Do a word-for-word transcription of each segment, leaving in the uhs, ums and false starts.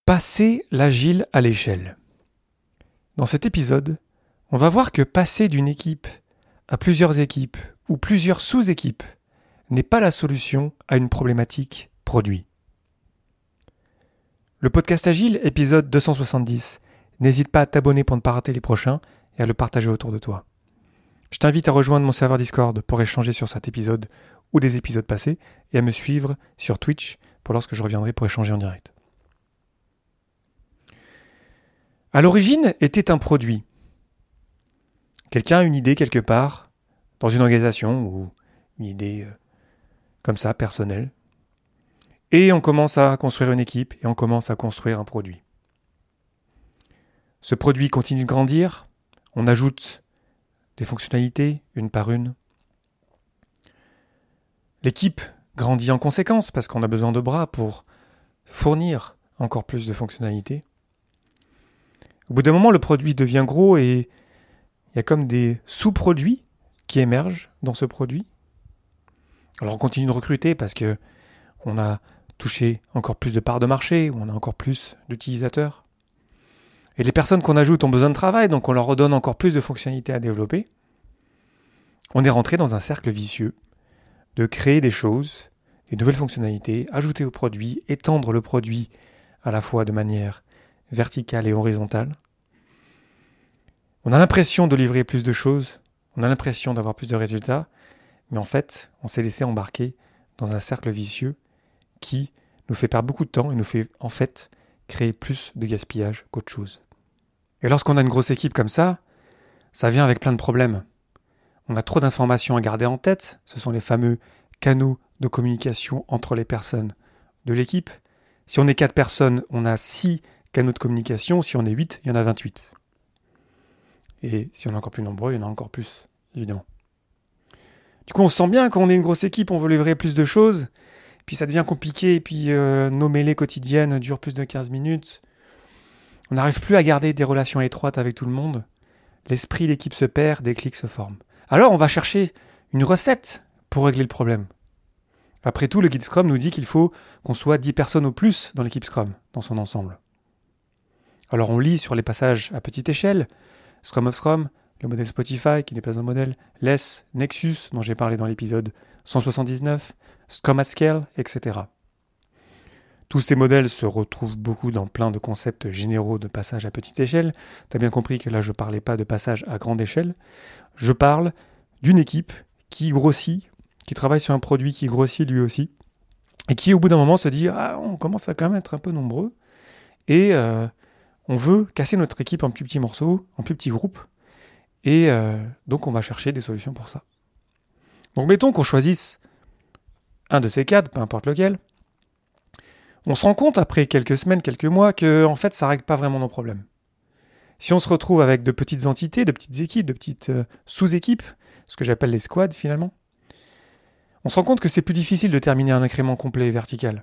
Passer l'agile à l'échelle. Dans cet épisode, on va voir que passer d'une équipe à plusieurs équipes ou plusieurs sous-équipes n'est pas la solution à une problématique produit. Le podcast Agile, épisode deux cent soixante-dix. N'hésite pas à t'abonner pour ne pas rater les prochains et à le partager autour de toi. Je t'invite à rejoindre mon serveur Discord pour échanger sur cet épisode ou des épisodes passés et à me suivre sur Twitch pour lorsque je reviendrai pour échanger en direct. À l'origine était un produit. Quelqu'un a une idée quelque part, dans une organisation ou une idée euh, comme ça, personnelle. Et on commence à construire une équipe et on commence à construire un produit. Ce produit continue de grandir, on ajoute des fonctionnalités une par une. L'équipe grandit en conséquence parce qu'on a besoin de bras pour fournir encore plus de fonctionnalités. Au bout d'un moment, le produit devient gros et il y a comme des sous-produits qui émergent dans ce produit. Alors on continue de recruter parce que on a touché encore plus de parts de marché, on a encore plus d'utilisateurs. Et les personnes qu'on ajoute ont besoin de travail, donc on leur redonne encore plus de fonctionnalités à développer. On est rentré dans un cercle vicieux de créer des choses, des nouvelles fonctionnalités, ajouter au produit, étendre le produit à la fois de manière verticale et horizontale. On a l'impression de livrer plus de choses, on a l'impression d'avoir plus de résultats, mais en fait, on s'est laissé embarquer dans un cercle vicieux qui nous fait perdre beaucoup de temps et nous fait en fait créer plus de gaspillage qu'autre chose. Et lorsqu'on a une grosse équipe comme ça, ça vient avec plein de problèmes. On a trop d'informations à garder en tête, ce sont les fameux canaux de communication entre les personnes de l'équipe. Si on est quatre personnes, on a six canaux de communication, si on est huit, il y en a vingt-huit. Et si on est encore plus nombreux, il y en a encore plus, évidemment. Du coup, on sent bien quand on est une grosse équipe, on veut livrer plus de choses, puis ça devient compliqué, et puis euh, nos mêlées quotidiennes durent plus de quinze minutes. On n'arrive plus à garder des relations étroites avec tout le monde. L'esprit d'équipe se perd, des clics se forment. Alors, on va chercher une recette pour régler le problème. Après tout, le guide Scrum nous dit qu'il faut qu'on soit dix personnes au plus dans l'équipe Scrum, dans son ensemble. Alors, on lit sur les passages à petite échelle, Scrum of Scrum, le modèle Spotify, qui n'est pas un modèle, Less, Nexus, dont j'ai parlé dans l'épisode cent soixante-dix-neuf, Scrum at Scale, et cetera. Tous ces modèles se retrouvent beaucoup dans plein de concepts généraux de passage à petite échelle. Tu as bien compris que là, je ne parlais pas de passage à grande échelle. Je parle d'une équipe qui grossit, qui travaille sur un produit qui grossit lui aussi, et qui, au bout d'un moment, se dit « Ah, on commence à quand même être un peu nombreux, et euh, on veut casser notre équipe en plus petits morceaux, en plus petits groupes, et euh, donc on va chercher des solutions pour ça. » Donc mettons qu'on choisisse un de ces cadres, peu importe lequel. On se rend compte après quelques semaines, quelques mois, que en fait, ça ne règle pas vraiment nos problèmes. Si on se retrouve avec de petites entités, de petites équipes, de petites euh, sous-équipes, ce que j'appelle les squads finalement, on se rend compte que c'est plus difficile de terminer un incrément complet et vertical.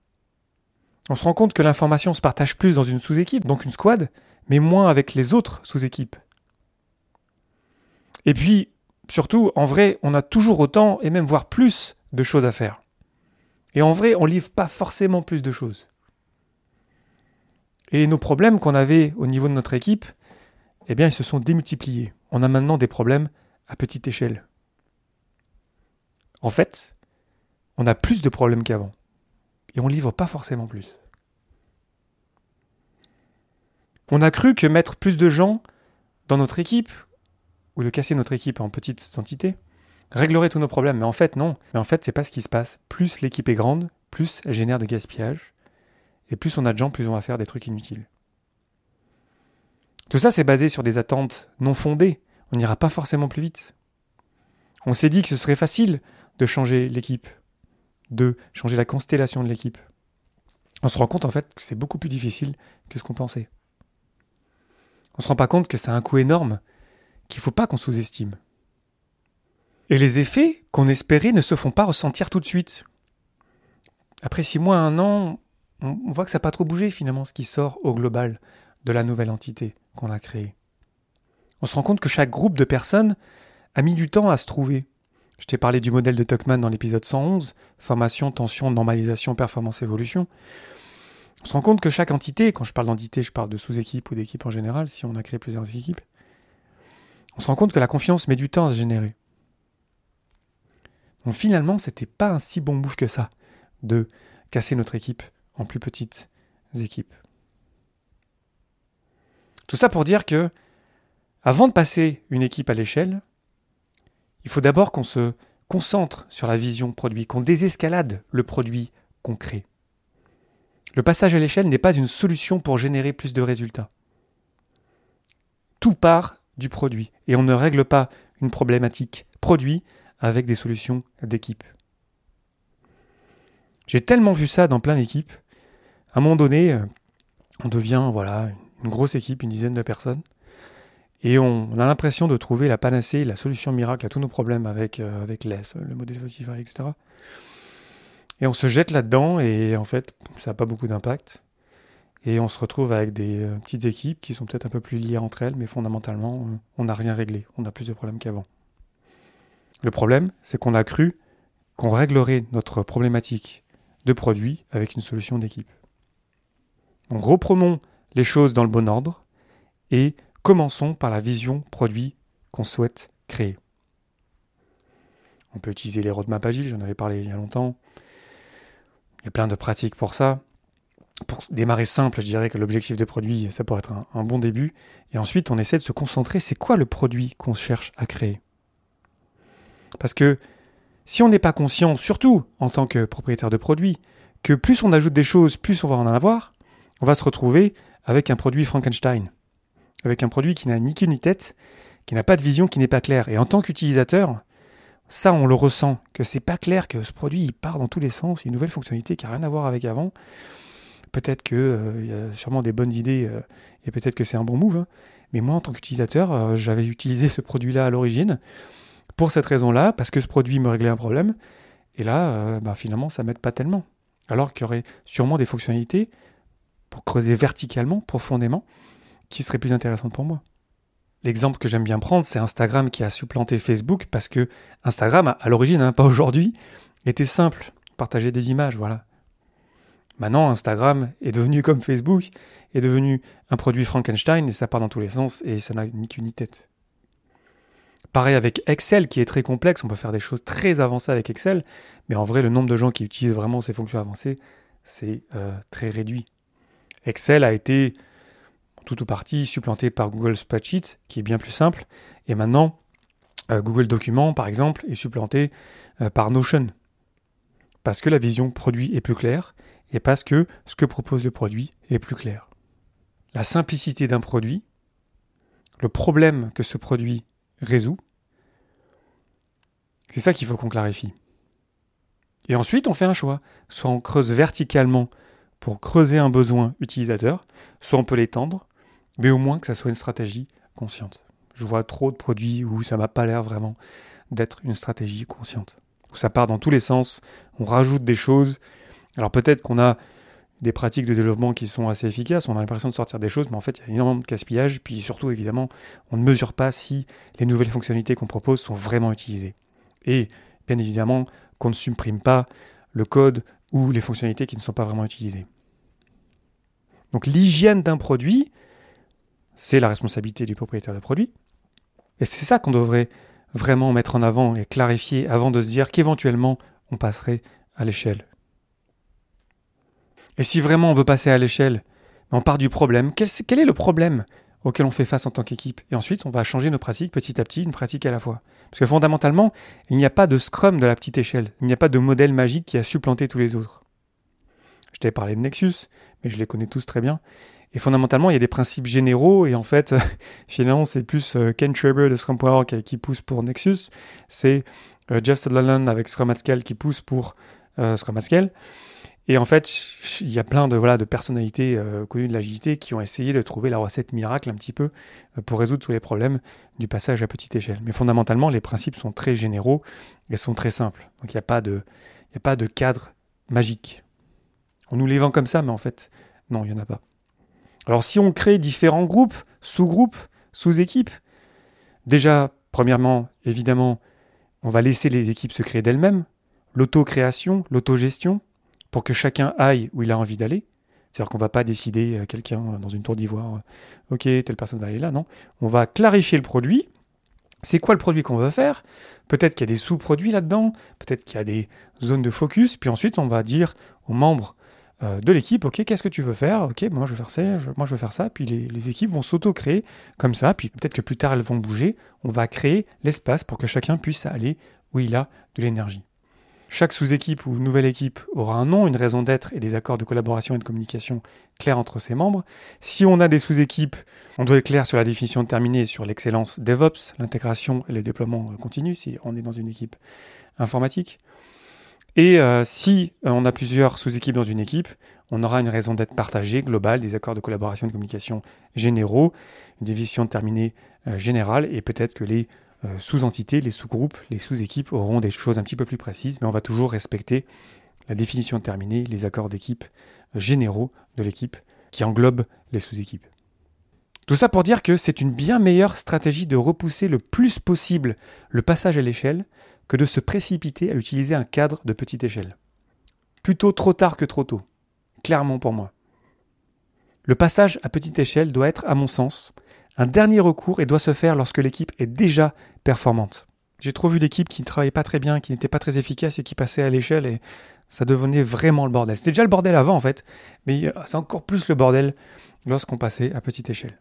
On se rend compte que l'information se partage plus dans une sous-équipe, donc une squad, mais moins avec les autres sous-équipes. Et puis, surtout, en vrai, on a toujours autant, et même voire plus, de choses à faire. Et en vrai, on ne livre pas forcément plus de choses. Et nos problèmes qu'on avait au niveau de notre équipe, eh bien, ils se sont démultipliés. On a maintenant des problèmes à petite échelle. En fait, on a plus de problèmes qu'avant. Et on ne livre pas forcément plus. On a cru que mettre plus de gens dans notre équipe, ou de casser notre équipe en petites entités, réglerait tous nos problèmes. Mais en fait, non. Mais en fait, c'est pas ce qui se passe. Plus l'équipe est grande, plus elle génère de gaspillage. Et plus on a de gens, plus on va faire des trucs inutiles. Tout ça, c'est basé sur des attentes non fondées. On n'ira pas forcément plus vite. On s'est dit que ce serait facile de changer l'équipe, de changer la constellation de l'équipe. On se rend compte en fait que c'est beaucoup plus difficile que ce qu'on pensait. On se rend pas compte que c'est un coût énorme qu'il ne faut pas qu'on sous-estime. Et les effets qu'on espérait ne se font pas ressentir tout de suite. Après six mois, un an, on voit que ça n'a pas trop bougé finalement ce qui sort au global de la nouvelle entité qu'on a créée. On se rend compte que chaque groupe de personnes a mis du temps à se trouver. Je t'ai parlé du modèle de Tuckman dans l'épisode cent onze, formation, tension, normalisation, performance, évolution. On se rend compte que chaque entité, quand je parle d'entité, je parle de sous-équipe ou d'équipe en général, si on a créé plusieurs équipes, on se rend compte que la confiance met du temps à se générer. Donc finalement, c'était pas un si bon move que ça, de casser notre équipe en plus petites équipes. Tout ça pour dire que, avant de passer une équipe à l'échelle, il faut d'abord qu'on se concentre sur la vision produit, qu'on désescalade le produit qu'on crée. Le passage à l'échelle n'est pas une solution pour générer plus de résultats. Tout part du produit et on ne règle pas une problématique produit avec des solutions d'équipe. J'ai tellement vu ça dans plein d'équipes. À un moment donné, on devient voilà, une grosse équipe, une dizaine de personnes, et on a l'impression de trouver la panacée, la solution miracle à tous nos problèmes avec, euh, avec l'E S, le modèle Spotify, et cetera. Et on se jette là-dedans et en fait, ça n'a pas beaucoup d'impact. Et on se retrouve avec des euh, petites équipes qui sont peut-être un peu plus liées entre elles, mais fondamentalement, euh, on n'a rien réglé. On a plus de problèmes qu'avant. Le problème, c'est qu'on a cru qu'on réglerait notre problématique de produit avec une solution d'équipe. Donc reprenons les choses dans le bon ordre et commençons par la vision produit qu'on souhaite créer. On peut utiliser les roadmaps agiles, j'en avais parlé il y a longtemps. Il y a plein de pratiques pour ça. Pour démarrer simple, je dirais que l'objectif de produit, ça pourrait être un, un bon début. Et ensuite, on essaie de se concentrer, c'est quoi le produit qu'on cherche à créer ? Parce que si on n'est pas conscient, surtout en tant que propriétaire de produit, que plus on ajoute des choses, plus on va en avoir, on va se retrouver avec un produit Frankenstein, avec un produit qui n'a ni queue ni tête, qui n'a pas de vision, qui n'est pas clair. Et en tant qu'utilisateur, ça, on le ressent, que c'est pas clair, que ce produit, il part dans tous les sens, il y a une nouvelle fonctionnalité qui n'a rien à voir avec avant. Peut-être qu'il euh, y a sûrement des bonnes idées, euh, et peut-être que c'est un bon move, hein. Mais moi, en tant qu'utilisateur, euh, j'avais utilisé ce produit-là à l'origine, pour cette raison-là, parce que ce produit me réglait un problème, et là, euh, bah, finalement, ça ne m'aide pas tellement. Alors qu'il y aurait sûrement des fonctionnalités, pour creuser verticalement, profondément, qui seraient plus intéressantes pour moi. L'exemple que j'aime bien prendre, c'est Instagram qui a supplanté Facebook, parce que Instagram, à l'origine, hein, pas aujourd'hui, était simple, partager des images, voilà. Maintenant, Instagram est devenu comme Facebook, est devenu un produit Frankenstein, et ça part dans tous les sens, et ça n'a ni queue ni tête. Pareil avec Excel, qui est très complexe, on peut faire des choses très avancées avec Excel, mais en vrai, le nombre de gens qui utilisent vraiment ces fonctions avancées, c'est euh, très réduit. Excel a été, tout ou partie, supplanté par Google Spreadsheet, qui est bien plus simple, et maintenant, euh, Google Documents, par exemple, est supplanté euh, par Notion, parce que la vision produit est plus claire, et parce que ce que propose le produit est plus clair. La simplicité d'un produit, le problème que ce produit résout, c'est ça qu'il faut qu'on clarifie. Et ensuite, on fait un choix. Soit on creuse verticalement pour creuser un besoin utilisateur, soit on peut l'étendre, mais au moins que ça soit une stratégie consciente. Je vois trop de produits où ça m'a pas l'air vraiment d'être une stratégie consciente. Où ça part dans tous les sens, on rajoute des choses. Alors peut-être qu'on a des pratiques de développement qui sont assez efficaces, on a l'impression de sortir des choses, mais en fait il y a énormément de gaspillage, puis surtout évidemment on ne mesure pas si les nouvelles fonctionnalités qu'on propose sont vraiment utilisées. Et bien évidemment qu'on ne supprime pas le code ou les fonctionnalités qui ne sont pas vraiment utilisées. Donc l'hygiène d'un produit, c'est la responsabilité du propriétaire de produit, et c'est ça qu'on devrait vraiment mettre en avant et clarifier avant de se dire qu'éventuellement on passerait à l'échelle. Et si vraiment on veut passer à l'échelle, on part du problème. Quel, quel est le problème auquel on fait face en tant qu'équipe ? Et ensuite, on va changer nos pratiques petit à petit, une pratique à la fois. Parce que fondamentalement, il n'y a pas de scrum de la petite échelle. Il n'y a pas de modèle magique qui a supplanté tous les autres. Je t'avais parlé de Nexus, mais je les connais tous très bien. Et fondamentalement, il y a des principes généraux. Et en fait, finalement, c'est plus Ken Schreiber de Scrum Power qui pousse pour Nexus. C'est Jeff Sutherland avec Scrum at Scale qui pousse pour euh, Scrum at Scale. Et en fait, il y a plein de, voilà, de personnalités euh, connues de l'agilité qui ont essayé de trouver la recette miracle un petit peu euh, pour résoudre tous les problèmes du passage à petite échelle. Mais fondamentalement, les principes sont très généraux et sont très simples. Donc il n'y a pas de, il n'y a pas de cadre magique. On nous les vend comme ça, mais en fait, non, il n'y en a pas. Alors si on crée différents groupes, sous-groupes, sous-équipes, déjà, premièrement, évidemment, on va laisser les équipes se créer d'elles-mêmes, l'auto-création, l'autogestion, pour que chacun aille où il a envie d'aller. C'est-à-dire qu'on ne va pas décider euh, quelqu'un euh, dans une tour d'ivoire, euh, ok, telle personne va aller là, non. On va clarifier le produit. C'est quoi le produit qu'on veut faire? Peut-être qu'il y a des sous-produits là-dedans, peut-être qu'il y a des zones de focus, puis ensuite on va dire aux membres euh, de l'équipe, ok, qu'est-ce que tu veux faire? Ok, moi je veux faire ça, je, moi je veux faire ça, puis les, les équipes vont s'auto-créer comme ça, puis peut-être que plus tard elles vont bouger, on va créer l'espace pour que chacun puisse aller où il a de l'énergie. Chaque sous-équipe ou nouvelle équipe aura un nom, une raison d'être et des accords de collaboration et de communication clairs entre ses membres. Si on a des sous-équipes, on doit être clair sur la définition terminée, sur l'excellence DevOps, l'intégration et le déploiement continu, si on est dans une équipe informatique. Et euh, si on a plusieurs sous-équipes dans une équipe, on aura une raison d'être partagée, globale, des accords de collaboration et de communication généraux, une définition terminée euh, générale, et peut-être que les Euh, sous-entités, les sous-groupes, les sous-équipes auront des choses un petit peu plus précises, mais on va toujours respecter la définition terminée, les accords d'équipe euh, généraux de l'équipe qui englobent les sous-équipes. Tout ça pour dire que c'est une bien meilleure stratégie de repousser le plus possible le passage à l'échelle que de se précipiter à utiliser un cadre de petite échelle. Plutôt trop tard que trop tôt, clairement pour moi. Le passage à petite échelle doit être, à mon sens, un dernier recours et doit se faire lorsque l'équipe est déjà performante. J'ai trop vu d'équipes qui ne travaillaient pas très bien, qui n'étaient pas très efficaces et qui passaient à l'échelle et ça devenait vraiment le bordel. C'était déjà le bordel avant en fait, mais c'est encore plus le bordel lorsqu'on passait à petite échelle.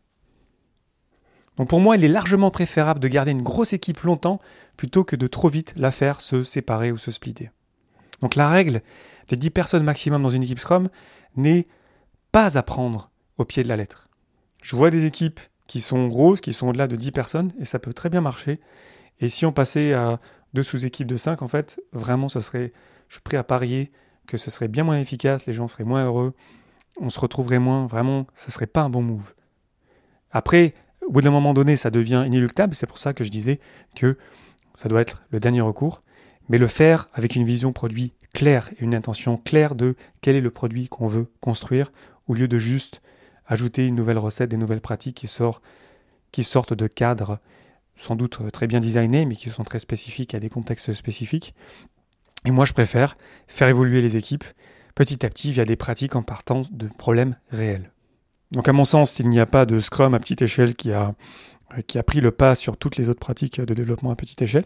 Donc pour moi, il est largement préférable de garder une grosse équipe longtemps plutôt que de trop vite la faire se séparer ou se splitter. Donc la règle des dix personnes maximum dans une équipe Scrum n'est pas à prendre au pied de la lettre. Je vois des équipes qui sont grosses, qui sont au-delà de dix personnes, et ça peut très bien marcher. Et si on passait à deux sous-équipes de cinq, en fait, vraiment, ce serait, je suis prêt à parier que ce serait bien moins efficace, les gens seraient moins heureux, on se retrouverait moins, vraiment, ce serait pas un bon move. Après, au bout d'un moment donné, ça devient inéluctable, c'est pour ça que je disais que ça doit être le dernier recours, mais le faire avec une vision produit claire et une intention claire de quel est le produit qu'on veut construire, au lieu de juste ajouter une nouvelle recette, des nouvelles pratiques qui, sort, qui sortent de cadres sans doute très bien designés, mais qui sont très spécifiques à des contextes spécifiques. Et moi, je préfère faire évoluer les équipes petit à petit via des pratiques en partant de problèmes réels. Donc à mon sens, il n'y a pas de Scrum à petite échelle qui a, qui a pris le pas sur toutes les autres pratiques de développement à petite échelle.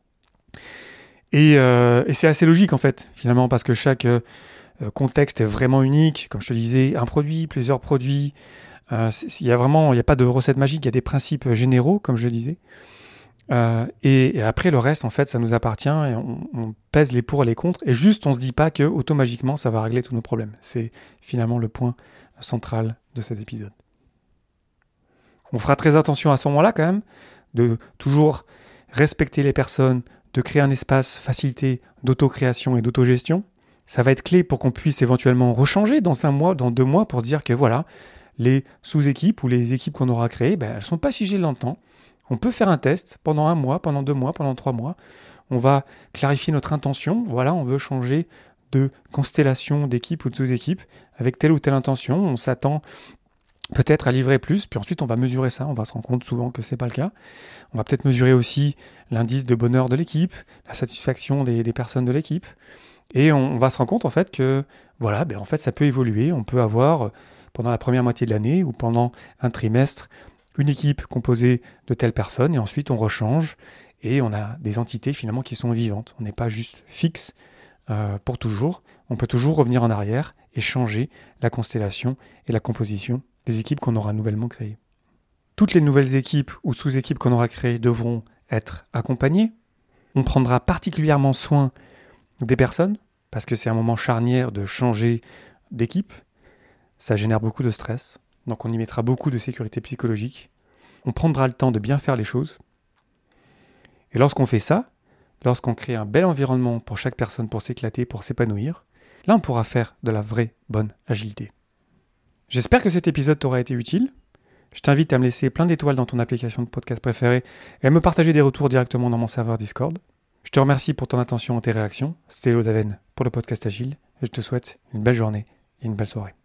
Et, euh, et c'est assez logique en fait, finalement, parce que chaque euh, contexte est vraiment unique. Comme je te disais, un produit, plusieurs produits. Euh, il y a vraiment, il n'y a pas de recette magique, il y a des principes généraux, comme je le disais. Euh, et, et après, le reste, en fait, ça nous appartient et on, on pèse les pour et les contre. Et juste, on se dit pas que automagiquement, ça va régler tous nos problèmes. C'est finalement le point central de cet épisode. On fera très attention à ce moment-là, quand même, de toujours respecter les personnes, de créer un espace facilité d'auto-création et d'autogestion. Ça va être clé pour qu'on puisse éventuellement rechanger dans un mois, dans deux mois, pour se dire que voilà, les sous-équipes ou les équipes qu'on aura créées, ben, elles ne sont pas figées dans le temps. On peut faire un test pendant un mois, pendant deux mois, pendant trois mois. On va clarifier notre intention. Voilà, on veut changer de constellation d'équipes ou de sous-équipes avec telle ou telle intention. On s'attend peut-être à livrer plus, puis ensuite on va mesurer ça. On va se rendre compte souvent que ce n'est pas le cas. On va peut-être mesurer aussi l'indice de bonheur de l'équipe, la satisfaction des, des personnes de l'équipe. Et on, on va se rendre compte en fait que voilà, ben en fait ça peut évoluer. On peut avoir pendant la première moitié de l'année ou pendant un trimestre une équipe composée de telles personnes et ensuite on rechange et on a des entités finalement qui sont vivantes. On n'est pas juste fixe euh, pour toujours. On peut toujours revenir en arrière et changer la constellation et la composition des équipes qu'on aura nouvellement créées. Toutes les nouvelles équipes ou sous-équipes qu'on aura créées devront être accompagnées. On prendra particulièrement soin des personnes parce que c'est un moment charnière de changer d'équipe. Ça génère beaucoup de stress. Donc on y mettra beaucoup de sécurité psychologique. On prendra le temps de bien faire les choses. Et lorsqu'on fait ça, lorsqu'on crée un bel environnement pour chaque personne pour s'éclater, pour s'épanouir, là on pourra faire de la vraie bonne agilité. J'espère que cet épisode t'aura été utile. Je t'invite à me laisser plein d'étoiles dans ton application de podcast préférée et à me partager des retours directement dans mon serveur Discord. Je te remercie pour ton attention et tes réactions. C'était Lodaven pour le podcast Agile et je te souhaite une belle journée et une belle soirée.